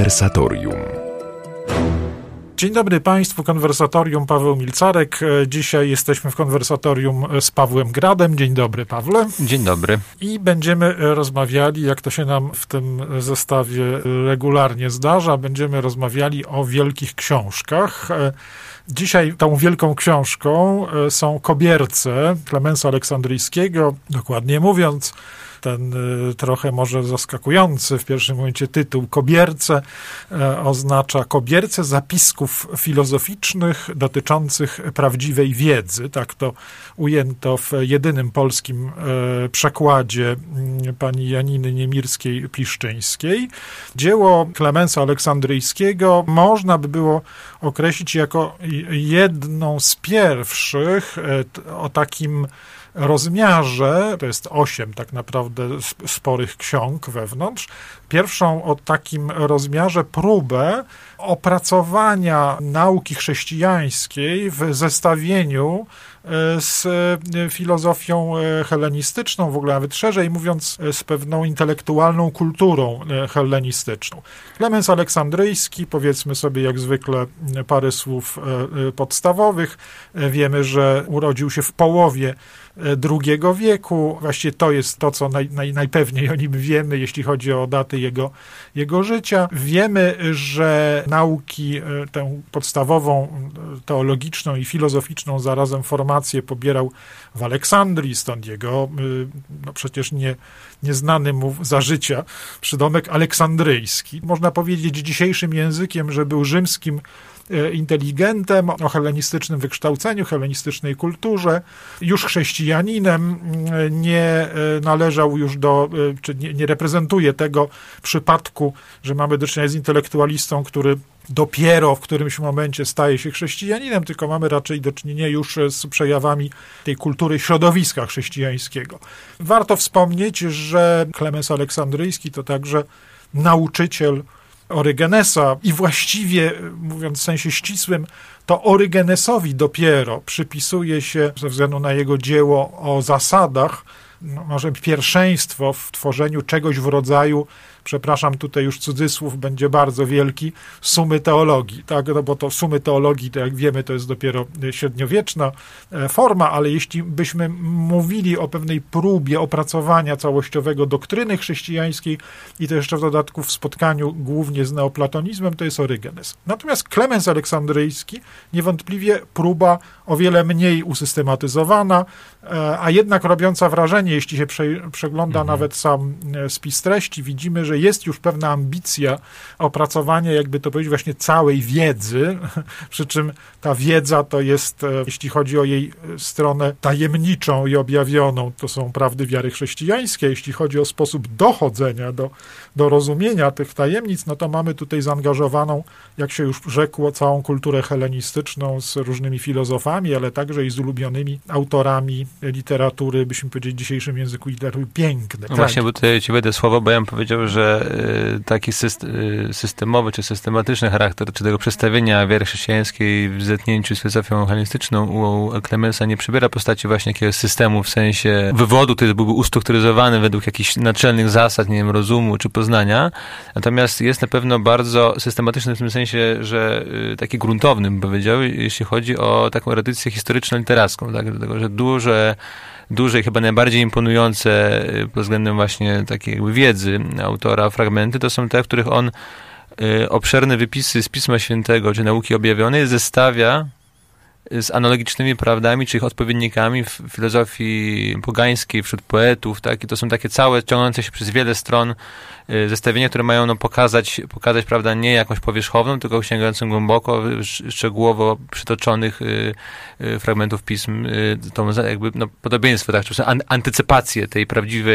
Konwersatorium. Dzień dobry Państwu, Konwersatorium, Paweł Milcarek. Dzisiaj jesteśmy w konwersatorium z Pawłem Gradem. Dzień dobry, Pawle. Dzień dobry. I będziemy rozmawiali, jak to się nam w tym zestawie regularnie zdarza, będziemy rozmawiali o wielkich książkach. Dzisiaj tą wielką książką są Kobierce Klemensa Aleksandryjskiego, dokładnie mówiąc. Ten trochę może zaskakujący w pierwszym momencie tytuł Kobierce oznacza Kobierce zapisków filozoficznych dotyczących prawdziwej wiedzy. Tak to ujęto w jedynym polskim przekładzie pani Janiny Niemirskiej-Pliszczyńskiej. Dzieło Klemensa Aleksandryjskiego można by było określić jako jedną z pierwszych o takim rozmiarze, to jest 8 tak naprawdę sporych ksiąg wewnątrz, pierwszą o takim rozmiarze próbę opracowania nauki chrześcijańskiej w zestawieniu z filozofią hellenistyczną, w ogóle nawet szerzej mówiąc, z pewną intelektualną kulturą hellenistyczną. Klemens Aleksandryjski, powiedzmy sobie jak zwykle parę słów podstawowych. Wiemy, że urodził się w połowie II wieku. Właściwie to jest to, co najpewniej o nim wiemy, jeśli chodzi o daty jego życia. Wiemy, że nauki, tę podstawową, teologiczną i filozoficzną zarazem formację pobierał w Aleksandrii, stąd jego przecież nieznany mu za życia przydomek aleksandryjski. Można powiedzieć dzisiejszym językiem, że był rzymskim inteligentem o hellenistycznym wykształceniu, hellenistycznej kulturze, już chrześcijaninem, nie należał już czy nie reprezentuje tego przypadku, że mamy do czynienia z intelektualistą, który dopiero w którymś momencie staje się chrześcijaninem, tylko mamy raczej do czynienia już z przejawami tej kultury środowiska chrześcijańskiego. Warto wspomnieć, że Klemens Aleksandryjski to także nauczyciel Orygenesa i właściwie, mówiąc w sensie ścisłym, to Orygenesowi dopiero przypisuje się, ze względu na jego dzieło o zasadach, może pierwszeństwo w tworzeniu czegoś w rodzaju, przepraszam, tutaj już cudzysłów będzie bardzo wielki, sumy teologii, tak? No bo to sumy teologii, to jak wiemy, to jest dopiero średniowieczna forma, ale jeśli byśmy mówili o pewnej próbie opracowania całościowego doktryny chrześcijańskiej i to jeszcze w dodatku w spotkaniu głównie z neoplatonizmem, to jest Orygenes. Natomiast Klemens Aleksandryjski niewątpliwie próba o wiele mniej usystematyzowana, a jednak robiąca wrażenie, jeśli się przegląda nawet sam spis treści, widzimy, że jest już pewna ambicja opracowania, jakby to powiedzieć, właśnie całej wiedzy, przy czym ta wiedza to jest, jeśli chodzi o jej stronę tajemniczą i objawioną, to są prawdy wiary chrześcijańskie. Jeśli chodzi o sposób dochodzenia do rozumienia tych tajemnic, no to mamy tutaj zaangażowaną, jak się już rzekło, całą kulturę hellenistyczną z różnymi filozofami, ale także i z ulubionymi autorami literatury, byśmy powiedzieli w dzisiejszym języku, literatury pięknej. No właśnie, bo tutaj ci wejdę słowo, bo ja bym powiedział, że taki systemowy czy systematyczny charakter, czy tego przedstawienia wiary chrześcijańskiej w zetknięciu z filozofią hellenistyczną u Klemensa nie przybiera postaci właśnie jakiegoś systemu w sensie wywodu, który byłby ustrukturyzowany według jakichś naczelnych zasad, nie wiem, rozumu czy poznania. Natomiast jest na pewno bardzo systematyczny w tym sensie, że taki gruntowny, bym powiedział, jeśli chodzi o taką erudycję historyczno-literacką, tak? Dlatego, że duże i chyba najbardziej imponujące pod względem właśnie takiej jakby wiedzy autora fragmenty to są te, w których on obszerne wypisy z Pisma Świętego czy nauki objawionej zestawia z analogicznymi prawdami, czy ich odpowiednikami w filozofii pogańskiej, wśród poetów, tak? I to są takie całe, ciągnące się przez wiele stron zestawienia, które mają pokazać, prawda, nie jakąś powierzchowną, tylko sięgającą głęboko, szczegółowo przytoczonych fragmentów pism, tą jakby podobieństwo, tak, czy antycypację tej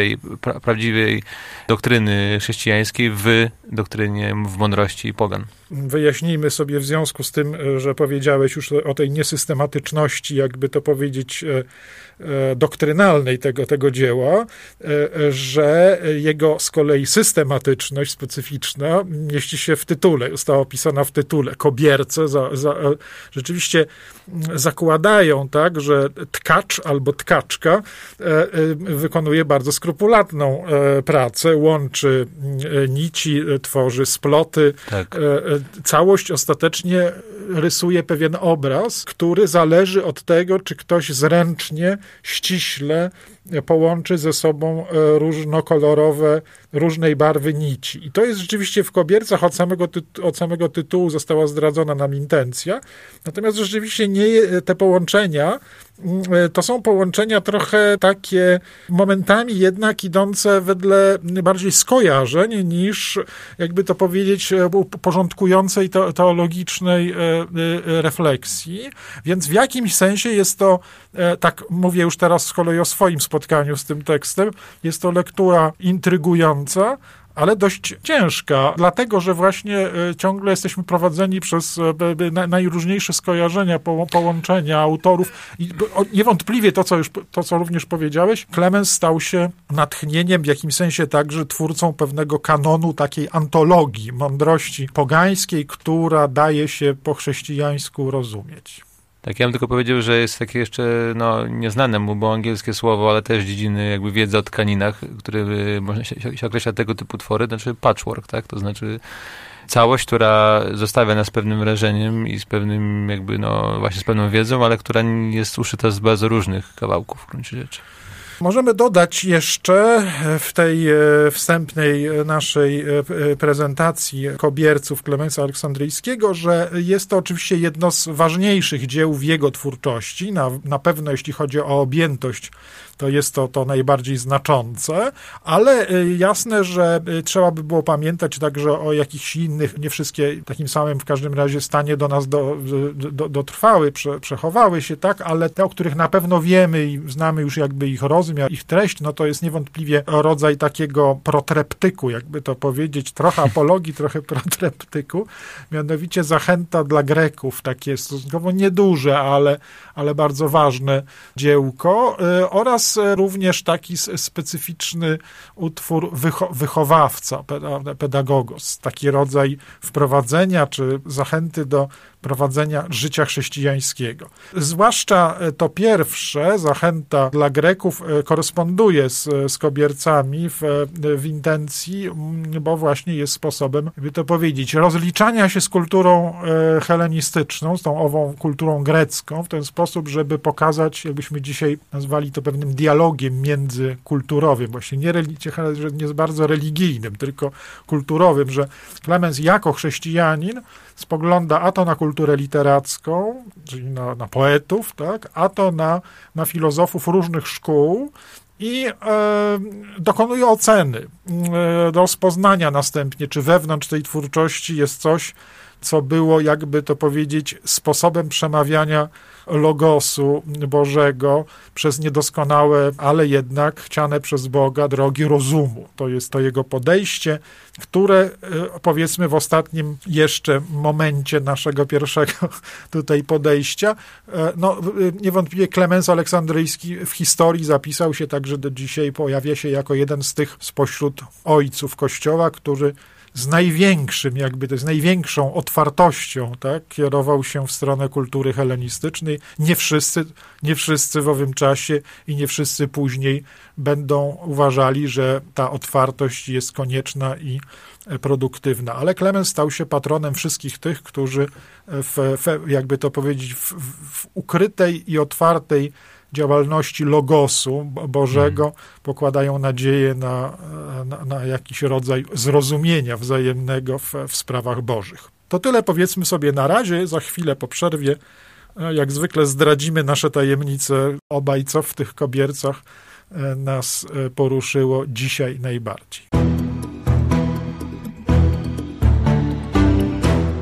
prawdziwej doktryny chrześcijańskiej w doktrynie, w mądrości pogan. Wyjaśnijmy sobie w związku z tym, że powiedziałeś już o tej niesystematyczności, jakby to powiedzieć, doktrynalnej tego dzieła, że jego z kolei system systematyczność specyficzna mieści się w tytule, została opisana w tytule. Kobierce rzeczywiście zakładają, tak, że tkacz albo tkaczka wykonuje bardzo skrupulatną pracę, łączy nici, tworzy sploty. Tak. Całość ostatecznie rysuje pewien obraz, który zależy od tego, czy ktoś zręcznie, ściśle połączy ze sobą różnokolorowe, różnej barwy nici. I to jest rzeczywiście w Kobiercach od samego tytułu została zdradzona nam intencja. Natomiast rzeczywiście te połączenia to są połączenia trochę takie momentami jednak idące wedle bardziej skojarzeń niż, jakby to powiedzieć, porządkującej teologicznej refleksji. Więc w jakimś sensie jest to, tak mówię już teraz z kolei o swoim spotkaniu z tym tekstem, jest to lektura intrygująca, ale dość ciężka, dlatego, że właśnie ciągle jesteśmy prowadzeni przez najróżniejsze skojarzenia, połączenia autorów i niewątpliwie to, co również powiedziałeś, Klemens stał się natchnieniem w jakimś sensie także twórcą pewnego kanonu takiej antologii mądrości pogańskiej, która daje się po chrześcijańsku rozumieć. Tak, ja bym tylko powiedział, że jest takie jeszcze, nieznane mu, bo angielskie słowo, ale też dziedziny jakby wiedzy o tkaninach, które można się określa tego typu twory, znaczy patchwork, tak? To znaczy całość, która zostawia nas pewnym wrażeniem i z pewnym jakby, właśnie z pewną wiedzą, ale która jest uszyta z bardzo różnych kawałków w gruncie rzeczy. Możemy dodać jeszcze w tej wstępnej naszej prezentacji Kobierców Klemensa Aleksandryjskiego, że jest to oczywiście jedno z ważniejszych dzieł w jego twórczości. Na pewno jeśli chodzi o objętość, to jest to najbardziej znaczące, ale jasne, że trzeba by było pamiętać także o jakichś innych, nie wszystkie w takim samym w każdym razie stanie do nas dotrwały, przechowały się, tak, ale te, o których na pewno wiemy i znamy już jakby ich rozmiar, ich treść, to jest niewątpliwie rodzaj takiego protreptyku, jakby to powiedzieć, trochę apologii, trochę protreptyku, mianowicie Zachęta dla Greków, takie stosunkowo nieduże, ale bardzo ważne dziełko, oraz również taki specyficzny utwór wychowawca, pedagogos, taki rodzaj wprowadzenia czy zachęty do prowadzenia życia chrześcijańskiego. Zwłaszcza to pierwsze, Zachęta dla Greków, koresponduje z Kobiercami w intencji, bo właśnie jest sposobem, by to powiedzieć, rozliczania się z kulturą helenistyczną, z tą ową kulturą grecką, w ten sposób, żeby pokazać, jakbyśmy dzisiaj nazwali to pewnym dialogiem międzykulturowym, właśnie nie bardzo religijnym, tylko kulturowym, że Klemens jako chrześcijanin spogląda a to na kulturę literacką, czyli na poetów, tak, a to na filozofów różnych szkół i dokonuje oceny, rozpoznania następnie, czy wewnątrz tej twórczości jest coś, co było, jakby to powiedzieć, sposobem przemawiania logosu Bożego przez niedoskonałe, ale jednak chciane przez Boga drogi rozumu. To jest to jego podejście, które powiedzmy w ostatnim jeszcze momencie naszego pierwszego tutaj podejścia, niewątpliwie Klemens Aleksandryjski w historii zapisał się także do dzisiaj, pojawia się jako jeden z tych spośród ojców Kościoła, który z największą otwartością, tak, kierował się w stronę kultury helenistycznej. Nie wszyscy w owym czasie i nie wszyscy później będą uważali, że ta otwartość jest konieczna i produktywna. Ale Klemens stał się patronem wszystkich tych, którzy jakby to powiedzieć, w ukrytej i otwartej działalności logosu Bożego pokładają nadzieję na jakiś rodzaj zrozumienia wzajemnego w sprawach bożych. To tyle powiedzmy sobie na razie. Za chwilę po przerwie, jak zwykle, zdradzimy nasze tajemnice obaj, co w tych Kobiercach nas poruszyło dzisiaj najbardziej.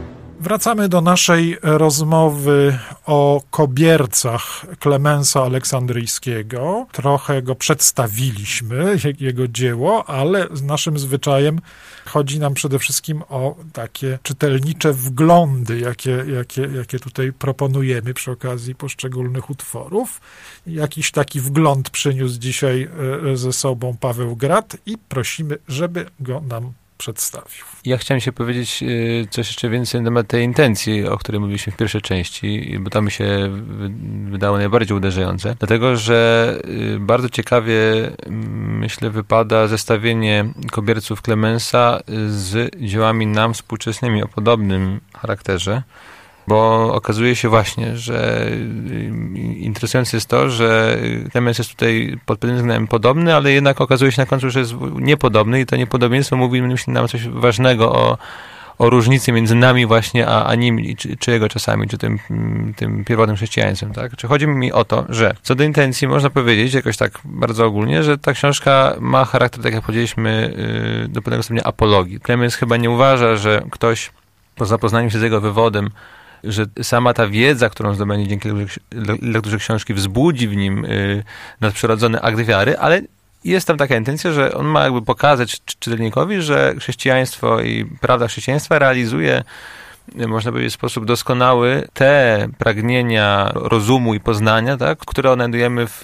Wracamy do naszej rozmowy o kobiercach Klemensa Aleksandryjskiego. Trochę go przedstawiliśmy, jego dzieło, ale z naszym zwyczajem chodzi nam przede wszystkim o takie czytelnicze wglądy, jakie tutaj proponujemy przy okazji poszczególnych utworów. Jakiś taki wgląd przyniósł dzisiaj ze sobą Paweł Grad i prosimy, żeby go nam przedstawił. Ja chciałem się powiedzieć coś jeszcze więcej na temat tej intencji, o której mówiliśmy w pierwszej części, bo to mi się wydało najbardziej uderzające. Dlatego, że bardzo ciekawie, myślę, wypada zestawienie kobierców Klemensa z dziełami nam współczesnymi o podobnym charakterze. Bo okazuje się właśnie, że interesujące jest to, że Klemens jest tutaj pod pewnym względem podobny, ale jednak okazuje się na końcu, że jest niepodobny i to niepodobieństwo mówi nam coś ważnego o różnicy między nami właśnie, a nim, czy jego czasami, czy tym pierwotnym chrześcijaństwem. Tak? Czy chodzi mi o to, że co do intencji można powiedzieć jakoś tak bardzo ogólnie, że ta książka ma charakter, tak jak powiedzieliśmy, do pewnego stopnia apologii. Klemens chyba nie uważa, że ktoś po zapoznaniu się z jego wywodem, że sama ta wiedza, którą zdobędzie dzięki lekturze książki, wzbudzi w nim nadprzyrodzony akt wiary, ale jest tam taka intencja, że on ma jakby pokazać czytelnikowi, że chrześcijaństwo i prawda chrześcijaństwa realizuje, można powiedzieć, w sposób doskonały te pragnienia rozumu i poznania, tak, które odnajdujemy w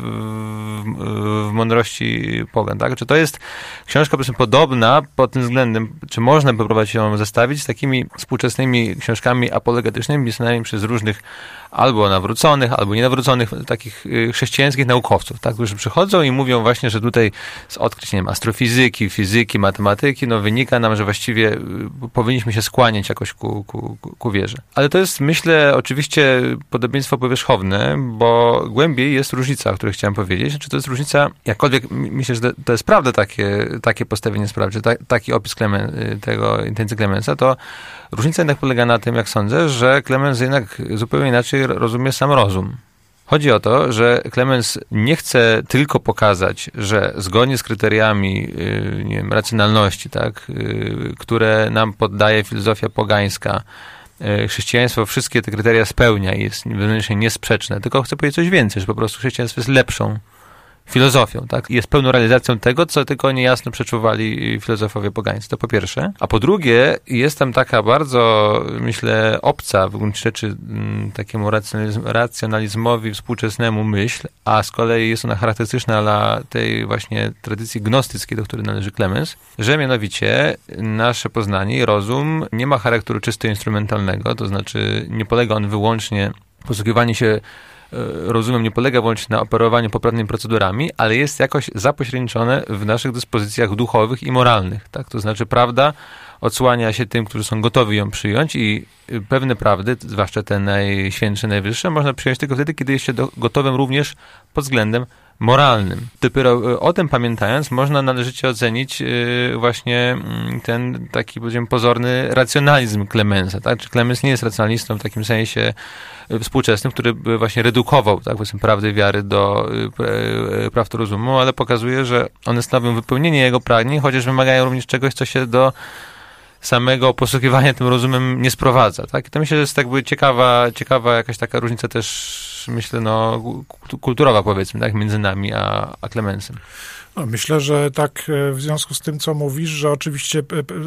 mądrości pogan. Tak? Czy to jest książka po prostu podobna pod tym względem, czy można by próbować ją zestawić z takimi współczesnymi książkami apologetycznymi pisanymi przez różnych albo nawróconych, albo nienawróconych, takich chrześcijańskich naukowców, tak, którzy przychodzą i mówią właśnie, że tutaj z odkryć, nie wiem, astrofizyki, fizyki, matematyki, no wynika nam, że właściwie powinniśmy się skłaniać jakoś ku wierze. Ale to jest, myślę, oczywiście podobieństwo powierzchowne, bo głębiej jest różnica, o której chciałem powiedzieć. Czy to jest różnica, jakkolwiek myślę, że to jest prawda takie postawienie sprawy, czy taki opis tego intencji Klemensa, to różnica jednak polega na tym, jak sądzę, że Klemens jednak zupełnie inaczej rozumie sam rozum. Chodzi o to, że Klemens nie chce tylko pokazać, że zgodnie z kryteriami, nie wiem, racjonalności, tak, które nam poddaje filozofia pogańska, chrześcijaństwo wszystkie te kryteria spełnia i jest wewnętrznie niesprzeczne, tylko chce powiedzieć coś więcej, że po prostu chrześcijaństwo jest lepszą filozofią, tak? Jest pełną realizacją tego, co tylko niejasno przeczuwali filozofowie pogańscy. To po pierwsze. A po drugie, jest tam taka bardzo, myślę, obca w gruncie rzeczy takiemu racjonalizmowi współczesnemu myśl, a z kolei jest ona charakterystyczna dla tej właśnie tradycji gnostyckiej, do której należy Klemens, że mianowicie nasze poznanie i rozum nie ma charakteru czysto instrumentalnego, to znaczy nie polega on wyłącznie, posługiwanie się rozumiem, nie polega wyłącznie na operowaniu poprawnymi procedurami, ale jest jakoś zapośredniczone w naszych dyspozycjach duchowych i moralnych. Tak? To znaczy prawda odsłania się tym, którzy są gotowi ją przyjąć i pewne prawdy, zwłaszcza te najświętsze, najwyższe, można przyjąć tylko wtedy, kiedy jest się gotowym również pod względem moralnym. Dopiero o tym pamiętając, można należycie ocenić właśnie ten taki, powiedzmy, pozorny racjonalizm Klemensa. Tak? Czy Klemens nie jest racjonalistą w takim sensie współczesnym, który by właśnie redukował, tak, powiedzmy, prawdy wiary do praw rozumu, ale pokazuje, że one stanowią wypełnienie jego pragnień, chociaż wymagają również czegoś, co się do samego posługiwania tym rozumem nie sprowadza. Tak? I to myślę, że jest jakby ciekawa jakaś taka różnica też, myślę, no, kulturowa, powiedzmy, tak, między nami a Klemensem. No, myślę, że tak w związku z tym, co mówisz, że oczywiście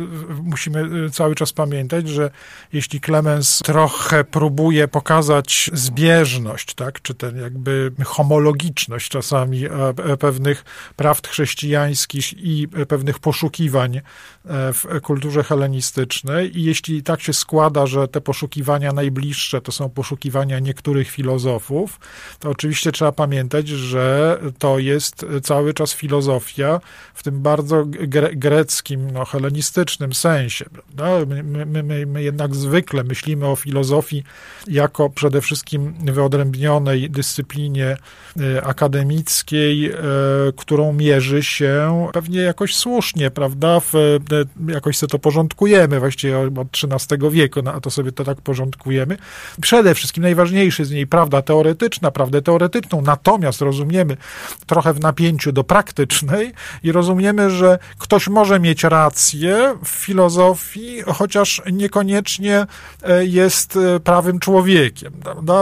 musimy cały czas pamiętać, że jeśli Klemens trochę próbuje pokazać zbieżność, tak, czy ten jakby homologiczność czasami pewnych prawd chrześcijańskich i pewnych poszukiwań w kulturze helenistycznej i jeśli tak się składa, że te poszukiwania najbliższe to są poszukiwania niektórych filozofów, to oczywiście trzeba pamiętać, że to jest cały czas filozofia w tym bardzo greckim, no, helenistycznym sensie. Prawda? My jednak zwykle myślimy o filozofii jako przede wszystkim wyodrębnionej dyscyplinie akademickiej, którą mierzy się pewnie jakoś słusznie, prawda? Jakoś sobie to porządkujemy, właściwie od XIII wieku, a to sobie to tak porządkujemy. Przede wszystkim najważniejszy z niej prawdę teoretyczną, natomiast rozumiemy trochę w napięciu do praktycznej, teoretycznej i rozumiemy, że ktoś może mieć rację w filozofii, chociaż niekoniecznie jest prawym człowiekiem. No,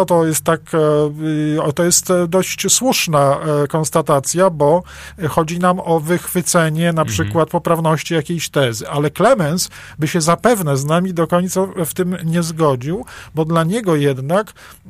to jest dość słuszna konstatacja, bo chodzi nam o wychwycenie na przykład poprawności jakiejś tezy, ale Clemens by się zapewne z nami do końca w tym nie zgodził, bo dla niego jednak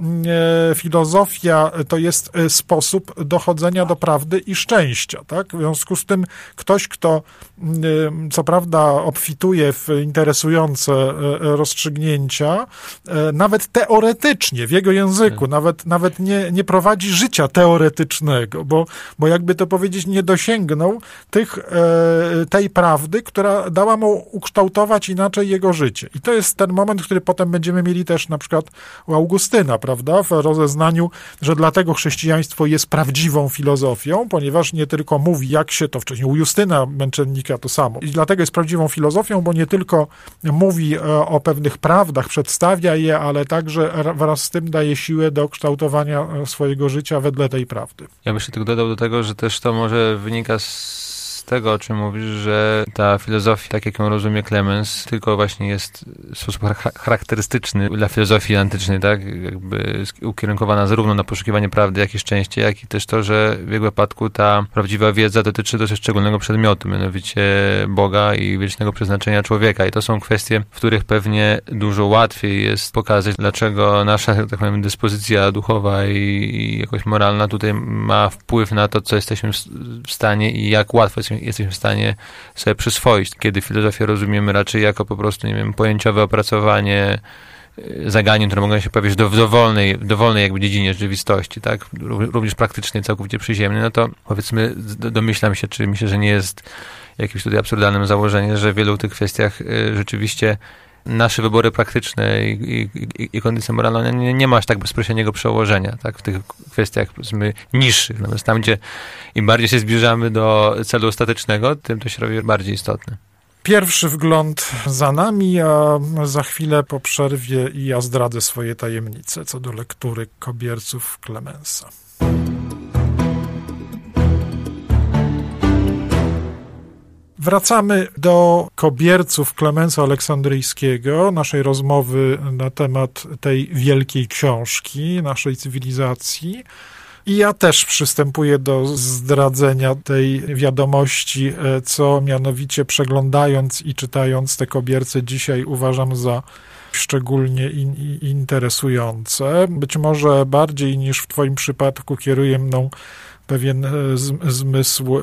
filozofia to jest sposób dochodzenia do prawdy i szczęścia, tak? W związku z tym ktoś, kto co prawda obfituje w interesujące rozstrzygnięcia, nawet teoretycznie, w jego języku, nawet nie prowadzi życia teoretycznego, bo jakby to powiedzieć, nie dosięgnął tej prawdy, która dała mu ukształtować inaczej jego życie. I to jest ten moment, który potem będziemy mieli też na przykład u Augustyna, prawda, w rozeznaniu, że dlatego chrześcijaństwo jest prawdziwą filozofią, ponieważ nie tylko mówi, jak się to wcześniej, u Justyna Męczennika to samo. I dlatego jest prawdziwą filozofią, bo nie tylko mówi o pewnych prawdach, przedstawia je, ale także wraz z tym daje siłę do kształtowania swojego życia wedle tej prawdy. Ja bym się tylko dodał do tego, że też to może wynika z tego, o czym mówisz, że ta filozofia, tak jak ją rozumie Clemens, tylko właśnie jest w sposób charakterystyczny dla filozofii antycznej, tak? Jakby ukierunkowana zarówno na poszukiwanie prawdy, jak i szczęście, jak i też to, że w jego wypadku ta prawdziwa wiedza dotyczy dosyć szczególnego przedmiotu, mianowicie Boga i wiecznego przeznaczenia człowieka. I to są kwestie, w których pewnie dużo łatwiej jest pokazać, dlaczego nasza, tak powiem, dyspozycja duchowa i jakoś moralna tutaj ma wpływ na to, co jesteśmy w stanie i jak łatwo jesteśmy w stanie sobie przyswoić, kiedy filozofię rozumiemy raczej jako po prostu, nie wiem, pojęciowe opracowanie zagadnień, które mogą się pojawić w dowolnej jakby dziedzinie rzeczywistości, tak? Również praktycznie, całkowicie przyziemnej, no to powiedzmy, domyślam się, czy myślę, że nie jest jakimś tutaj absurdalnym założeniem, że w wielu tych kwestiach rzeczywiście nasze wybory praktyczne i kondycja moralna nie ma aż tak bezpośredniego przełożenia, tak, w tych kwestiach, powiedzmy, niższych. Natomiast tam, gdzie im bardziej się zbliżamy do celu ostatecznego, tym to się robi bardziej istotne. Pierwszy wgląd za nami, a za chwilę po przerwie i ja zdradzę swoje tajemnice co do lektury Kobierców Clemensa. Wracamy do Kobierców Klemensa Aleksandryjskiego, naszej rozmowy na temat tej wielkiej książki, naszej cywilizacji. I ja też przystępuję do zdradzenia tej wiadomości, co mianowicie przeglądając i czytając te Kobierce dzisiaj uważam za szczególnie interesujące. Być może bardziej niż w twoim przypadku kieruje mną pewien zmysł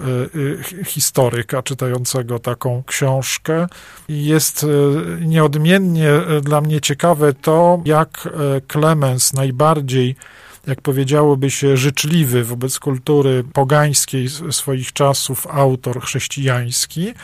historyka czytającego taką książkę. Jest nieodmiennie dla mnie ciekawe to, jak Clemens najbardziej, jak powiedziałoby się, życzliwy wobec kultury pogańskiej swoich czasów autor chrześcijański,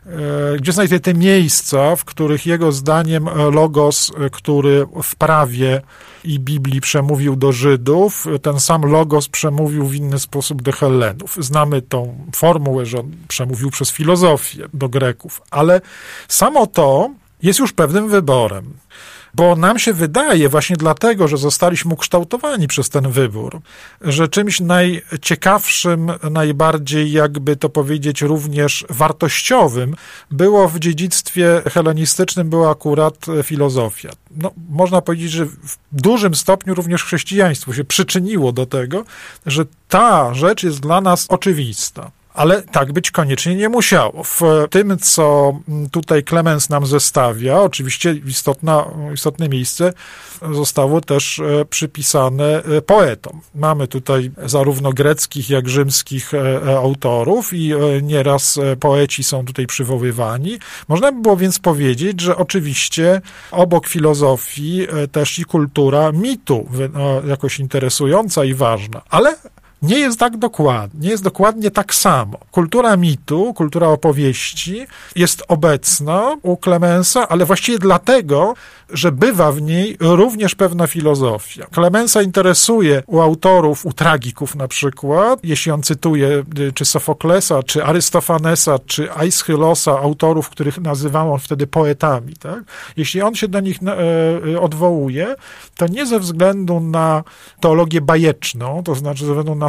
gdzie znajduje te miejsca, w których jego zdaniem logos, który w prawie i Biblii przemówił do Żydów, ten sam logos przemówił w inny sposób do Hellenów. Znamy tą formułę, że on przemówił przez filozofię do Greków, ale samo to jest już pewnym wyborem. Bo nam się wydaje, właśnie dlatego, że zostaliśmy ukształtowani przez ten wybór, że czymś najciekawszym, najbardziej, jakby to powiedzieć, również wartościowym było w dziedzictwie helenistycznym była akurat filozofia. No, można powiedzieć, że w dużym stopniu również chrześcijaństwo się przyczyniło do tego, że ta rzecz jest dla nas oczywista. Ale tak być koniecznie nie musiało. W tym, co tutaj Clemens nam zestawia, oczywiście istotne miejsce zostało też przypisane poetom. Mamy tutaj zarówno greckich, jak rzymskich autorów i nieraz poeci są tutaj przywoływani. Można by było więc powiedzieć, że oczywiście obok filozofii też i kultura mitu jakoś interesująca i ważna, ale nie jest tak dokładnie, nie jest dokładnie tak samo. Kultura mitu, kultura opowieści jest obecna u Clemensa, ale właściwie dlatego, że bywa w niej również pewna filozofia. Clemensa interesuje u autorów, u tragików na przykład, jeśli on cytuje czy Sofoklesa, czy Arystofanesa, czy Aischylosa, autorów, których nazywał on wtedy poetami, tak? Jeśli on się do nich odwołuje, to nie ze względu na teologię bajeczną, to znaczy ze względu na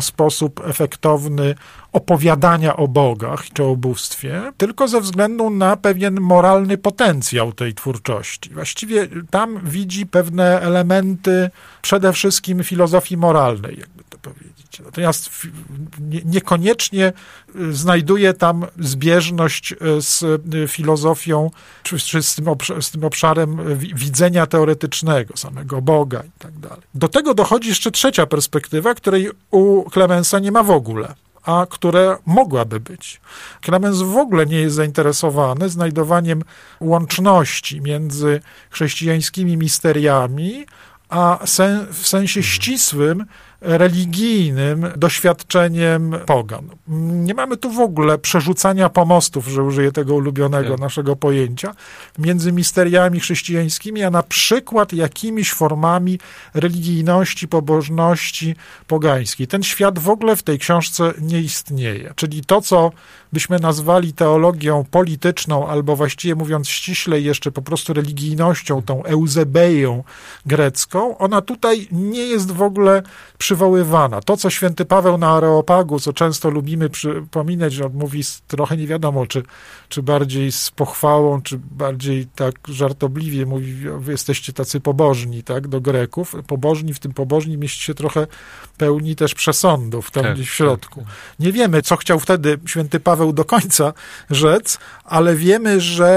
sposób efektowny opowiadania o bogach czy o bóstwie, tylko ze względu na pewien moralny potencjał tej twórczości. Właściwie tam widzi pewne elementy przede wszystkim filozofii moralnej, jakby to powiedzieć. Natomiast niekoniecznie znajduje tam zbieżność z filozofią, czy z tym obszarem widzenia teoretycznego, samego Boga i tak dalej. Do tego dochodzi jeszcze trzecia perspektywa, której u Clemensa nie ma w ogóle, a które mogłaby być. Clemens w ogóle nie jest zainteresowany znajdowaniem łączności między chrześcijańskimi misteriami, a w sensie ścisłym, religijnym doświadczeniem pogan. Nie mamy tu w ogóle przerzucania pomostów, że użyję tego ulubionego naszego pojęcia, między misteriami chrześcijańskimi, a na przykład jakimiś formami religijności, pobożności pogańskiej. Ten świat w ogóle w tej książce nie istnieje. Czyli to, co byśmy nazwali teologią polityczną, albo właściwie mówiąc ściślej jeszcze po prostu religijnością, tą eusebeią grecką, ona tutaj nie jest w ogóle przywoływana. To, co święty Paweł na Areopagu, co często lubimy przypominać, że on mówi trochę nie wiadomo, czy bardziej z pochwałą, czy bardziej tak żartobliwie mówi, wy jesteście tacy pobożni, tak, do Greków. Pobożni, w tym pobożni mieści się trochę pełni też przesądów, tam gdzieś w środku. Nie wiemy, co chciał wtedy święty Paweł do końca rzec, ale wiemy,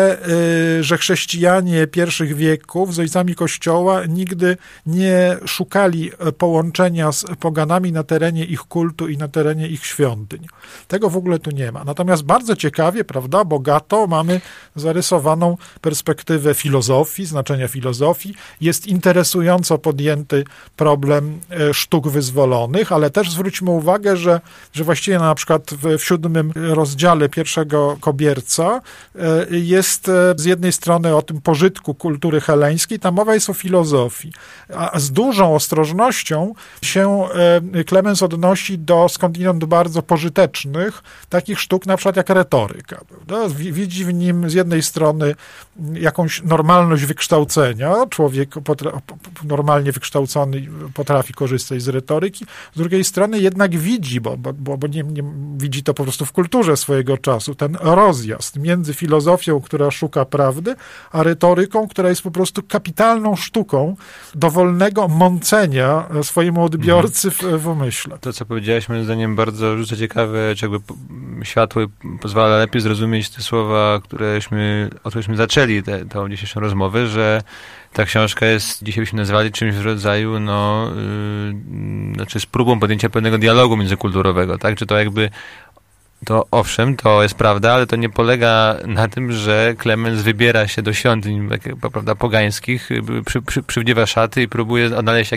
że chrześcijanie pierwszych wieków z ojcami Kościoła nigdy nie szukali połączenia z poganami na terenie ich kultu i na terenie ich świątyń. Tego w ogóle tu nie ma. Natomiast bardzo ciekawie, prawda, bogato mamy zarysowaną perspektywę filozofii, znaczenia filozofii. Jest interesująco podjęty problem sztuk wyzwolonych, ale też zwróćmy uwagę, że właściwie na przykład w 7 rozdziale pierwszego Kobierca jest z jednej strony o tym pożytku kultury heleńskiej, tam mowa jest o filozofii. A z dużą ostrożnością się Clemens odnosi do skądinąd bardzo pożytecznych takich sztuk, na przykład jak retoryka. Prawda? Widzi w nim z jednej strony jakąś normalność wykształcenia, człowiek normalnie wykształcony potrafi korzystać z retoryki, z drugiej strony jednak widzi, bo nie widzi to po prostu w kulturze swojego czasu, ten rozjazd między filozofią, która szuka prawdy, a retoryką, która jest po prostu kapitalną sztuką dowolnego mącenia swojemu odbiorcy w umyśle. To, co powiedziałeś, moim zdaniem bardzo rzuca ciekawe, czy jakby światło pozwala lepiej zrozumieć te słowa, od któreśmy zaczęli tę dzisiejszą rozmowę, że ta książka jest, dzisiaj byśmy nazwali czymś w rodzaju, znaczy z próbą podjęcia pewnego dialogu międzykulturowego, tak? Czy to jakby, to owszem, to jest prawda, ale to nie polega na tym, że Clemens wybiera się do świątyń, prawda, pogańskich, przywdziewa szaty i próbuje odnaleźć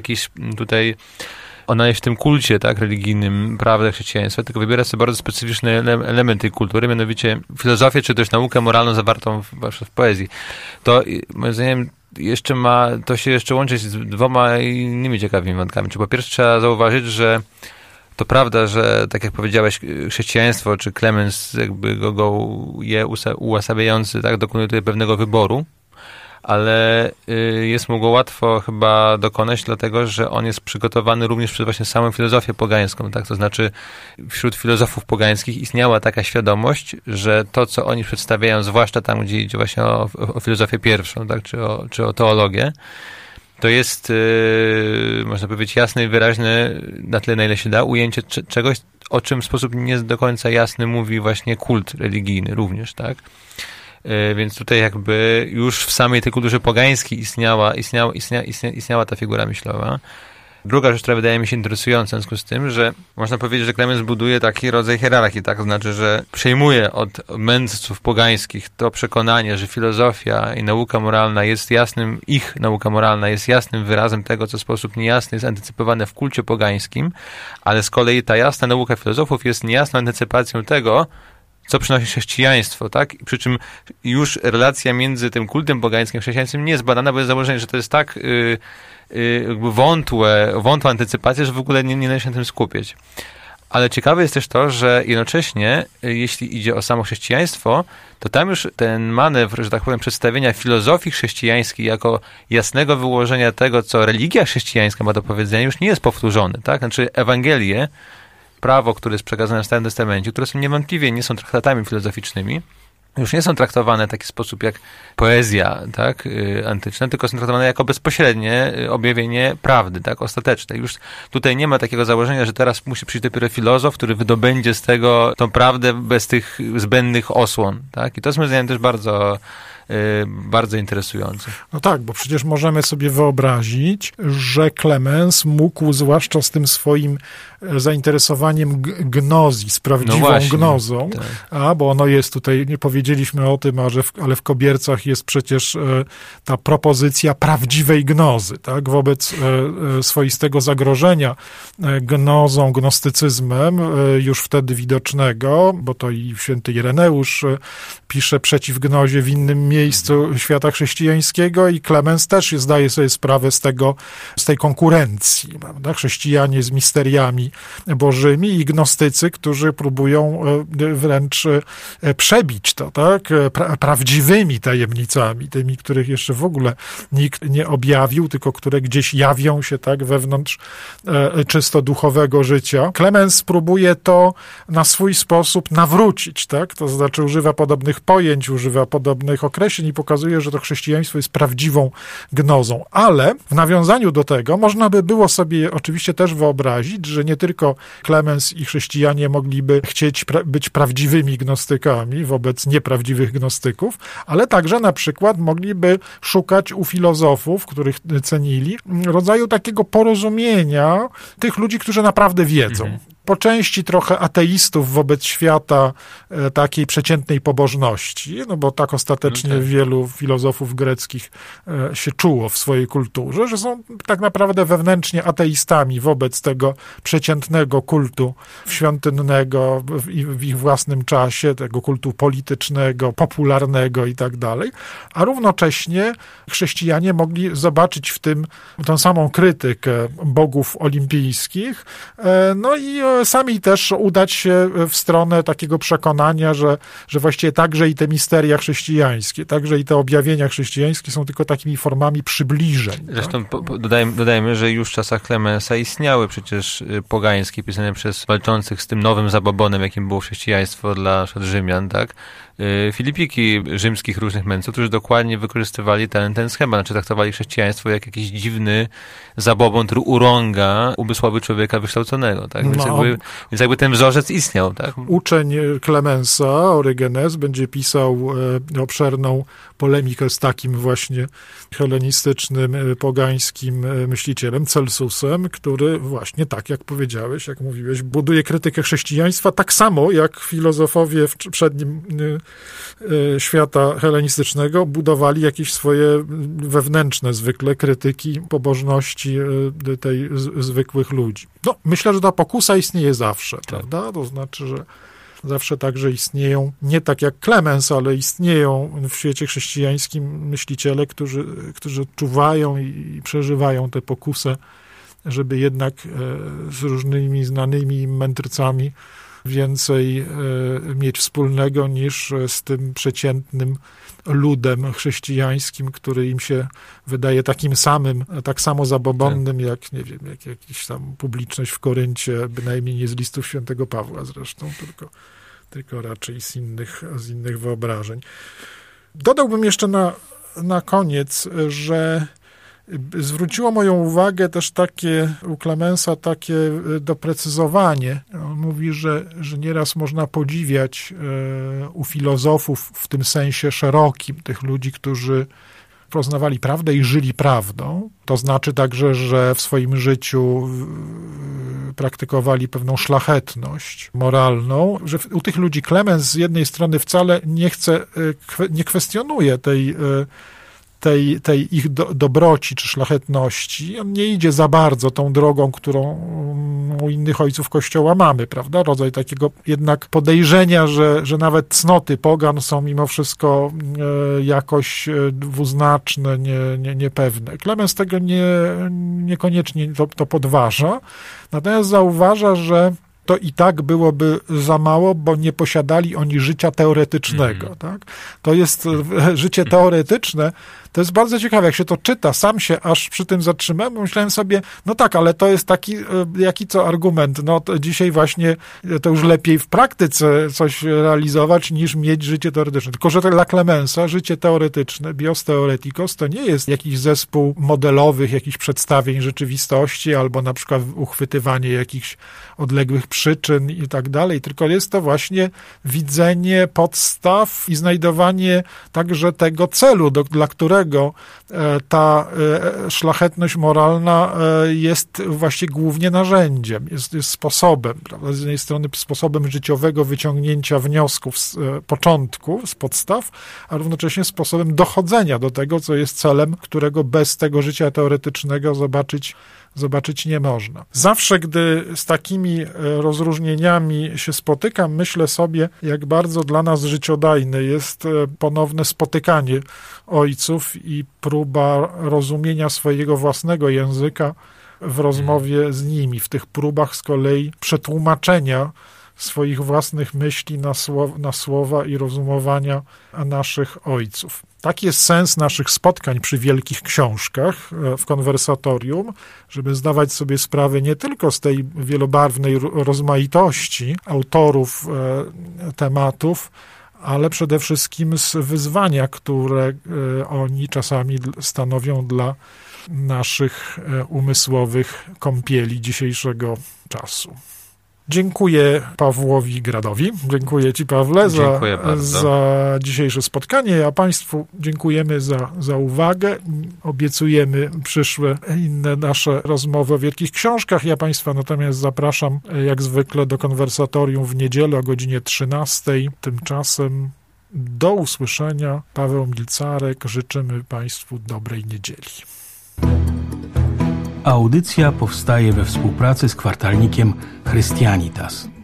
w tym kulcie, tak, religijnym prawdę chrześcijaństwa, tylko wybiera sobie bardzo specyficzne elementy tej kultury, mianowicie filozofię, czy też naukę moralną zawartą w poezji. To, moim zdaniem, to się jeszcze łączy z dwoma innymi ciekawymi wątkami. Czy po pierwsze trzeba zauważyć, że to prawda, że tak jak powiedziałeś, chrześcijaństwo, czy Clemens jakby go je uosabiający, tak, dokonuje tutaj pewnego wyboru, ale jest mu go łatwo chyba dokonać, dlatego, że on jest przygotowany również przez właśnie samą filozofię pogańską, tak? To znaczy wśród filozofów pogańskich istniała taka świadomość, że to, co oni przedstawiają, zwłaszcza tam, gdzie idzie właśnie o filozofię pierwszą, tak? Czy o teologię, to jest, można powiedzieć, jasne i wyraźne, na tyle, na ile się da, ujęcie czegoś, o czym w sposób nie do końca jasny mówi właśnie kult religijny również, tak? Więc tutaj jakby już w samej tej kulturze pogańskiej istniała ta figura myślowa. Druga rzecz, która wydaje mi się interesująca w związku z tym, że można powiedzieć, że Clemens buduje taki rodzaj hierarchii, tak? To znaczy, że przejmuje od mędrców pogańskich to przekonanie, że filozofia i nauka moralna nauka moralna jest jasnym wyrazem tego, co w sposób niejasny jest antycypowane w kulcie pogańskim, ale z kolei ta jasna nauka filozofów jest niejasną antycypacją tego, co przynosi chrześcijaństwo, tak? Przy czym już relacja między tym kultem pogańskim a chrześcijaństwem nie jest badana, bo jest założenie, że to jest tak jakby wątła antycypacja, że w ogóle nie należy się na tym skupiać. Ale ciekawe jest też to, że jednocześnie, jeśli idzie o samo chrześcijaństwo, to tam już ten manewr, że tak powiem, przedstawienia filozofii chrześcijańskiej jako jasnego wyłożenia tego, co religia chrześcijańska ma do powiedzenia, już nie jest powtórzony, tak? Znaczy Ewangelie prawo, które jest przekazane w Starym Testamencie, które są niewątpliwie nie są traktatami filozoficznymi, już nie są traktowane w taki sposób jak poezja, tak, antyczna, tylko są traktowane jako bezpośrednie objawienie prawdy, tak, ostateczne. Już tutaj nie ma takiego założenia, że teraz musi przyjść dopiero filozof, który wydobędzie z tego tą prawdę bez tych zbędnych osłon, tak. I to jest moim zdaniem też bardzo interesujące. No tak, bo przecież możemy sobie wyobrazić, że Klemens mógł, zwłaszcza z tym swoim zainteresowaniem gnozji, z prawdziwą gnozą, tak. Bo ono jest tutaj, nie powiedzieliśmy o tym, ale w Kobiercach jest przecież ta propozycja prawdziwej gnozy, tak, wobec swoistego zagrożenia gnozą, gnostycyzmem, już wtedy widocznego, bo to i święty Ireneusz pisze przeciw gnozie w innym miejscu świata chrześcijańskiego i Klemens też zdaje sobie sprawę z tej konkurencji, prawda? Chrześcijanie z misteriami bożymi i gnostycy, którzy próbują wręcz przebić to, tak? Prawdziwymi tajemnicami, tymi, których jeszcze w ogóle nikt nie objawił, tylko które gdzieś jawią się, tak, wewnątrz czysto duchowego życia. Klemens próbuje to na swój sposób nawrócić, tak? To znaczy używa podobnych pojęć, używa podobnych określeń i pokazuje, że to chrześcijaństwo jest prawdziwą gnozą. Ale w nawiązaniu do tego można by było sobie oczywiście też wyobrazić, że nie tylko Klemens i chrześcijanie mogliby chcieć być prawdziwymi gnostykami wobec nieprawdziwych gnostyków, ale także na przykład mogliby szukać u filozofów, których cenili, rodzaju takiego porozumienia tych ludzi, którzy naprawdę wiedzą. Po części trochę ateistów wobec świata takiej przeciętnej pobożności, no bo tak ostatecznie wielu filozofów greckich się czuło w swojej kulturze, że są tak naprawdę wewnętrznie ateistami wobec tego przeciętnego kultu świątynnego w ich własnym czasie, tego kultu politycznego, popularnego i tak dalej, a równocześnie chrześcijanie mogli zobaczyć w tym tą samą krytykę bogów olimpijskich, no i sami też udać się w stronę takiego przekonania, że właściwie także i te misteria chrześcijańskie, także i te objawienia chrześcijańskie są tylko takimi formami przybliżeń. Zresztą dodajmy, że już w czasach Klemensa istniały przecież pogańskie, pisane przez walczących z tym nowym zabobonem, jakim było chrześcijaństwo dla Rzymian, tak? Filipiki rzymskich różnych mędrców, którzy dokładnie wykorzystywali ten schemat, znaczy traktowali chrześcijaństwo jak jakiś dziwny zabobon, który urąga umysłowi człowieka wykształconego, tak? Więc jakby ten wzorzec istniał, tak? Uczeń Klemensa, Orygenes, będzie pisał obszerną polemikę z takim właśnie helenistycznym, pogańskim myślicielem, Celsusem, który właśnie tak, jak powiedziałeś, jak mówiłeś, buduje krytykę chrześcijaństwa tak samo, jak filozofowie w przednim świata helenistycznego budowali jakieś swoje wewnętrzne zwykle krytyki pobożności tej zwykłych ludzi. No, myślę, że ta pokusa istnieje zawsze, prawda? To znaczy, że zawsze także istnieją, nie tak jak Klemens, ale istnieją w świecie chrześcijańskim myśliciele, którzy odczuwają i przeżywają tę pokusę, żeby jednak z różnymi znanymi mędrcami więcej mieć wspólnego niż z tym przeciętnym ludem chrześcijańskim, który im się wydaje takim samym, tak samo zabobonnym, jak, nie wiem, jak jakiś tam publiczność w Koryncie, bynajmniej nie z listów świętego Pawła zresztą, tylko raczej z innych wyobrażeń. Dodałbym jeszcze na koniec, że zwróciło moją uwagę też u Klemensa takie doprecyzowanie. On mówi, że nieraz można podziwiać u filozofów w tym sensie szerokim tych ludzi, którzy poznawali prawdę i żyli prawdą. To znaczy także, że w swoim życiu praktykowali pewną szlachetność moralną, że u tych ludzi Klemens z jednej strony wcale nie kwestionuje tej ich dobroci czy szlachetności. On nie idzie za bardzo tą drogą, którą u innych ojców Kościoła mamy, prawda? Rodzaj takiego jednak podejrzenia, że nawet cnoty pogan są mimo wszystko jakoś dwuznaczne, niepewne. Klemens tego niekoniecznie to podważa, natomiast zauważa, że to i tak byłoby za mało, bo nie posiadali oni życia teoretycznego. Tak? To jest życie teoretyczne, to jest bardzo ciekawe, jak się to czyta, sam się aż przy tym zatrzymałem, bo myślałem sobie, no tak, ale to jest taki, jaki co argument, no to dzisiaj właśnie to już lepiej w praktyce coś realizować, niż mieć życie teoretyczne. Tylko, że dla Clemensa życie teoretyczne, bios theoreticos, to nie jest jakiś zespół modelowych, jakichś przedstawień rzeczywistości, albo na przykład uchwytywanie jakichś odległych przyczyn i tak dalej, tylko jest to właśnie widzenie podstaw i znajdowanie także tego celu, dla którego ta szlachetność moralna jest właśnie głównie narzędziem, jest sposobem, prawda? Z jednej strony sposobem życiowego wyciągnięcia wniosków z początku, z podstaw, a równocześnie sposobem dochodzenia do tego, co jest celem, którego bez tego życia teoretycznego zobaczyć nie można. Zawsze, gdy z takimi rozróżnieniami się spotykam, myślę sobie, jak bardzo dla nas życiodajne jest ponowne spotykanie ojców i próba rozumienia swojego własnego języka w rozmowie z nimi, w tych próbach z kolei przetłumaczenia swoich własnych myśli na słowa i rozumowania naszych ojców. Taki jest sens naszych spotkań przy wielkich książkach w konwersatorium, żeby zdawać sobie sprawę nie tylko z tej wielobarwnej rozmaitości autorów tematów, ale przede wszystkim z wyzwania, które oni czasami stanowią dla naszych umysłowych kąpieli dzisiejszego czasu. Dziękuję Pawłowi Gradowi. Dziękuję Ci, Pawle, za dzisiejsze spotkanie, a Państwu dziękujemy za uwagę. Obiecujemy przyszłe inne nasze rozmowy o wielkich książkach. Ja Państwa natomiast zapraszam jak zwykle do konwersatorium w niedzielę o godzinie 13:00. Tymczasem do usłyszenia. Paweł Milcarek. Życzymy Państwu dobrej niedzieli. Audycja powstaje we współpracy z kwartalnikiem Christianitas.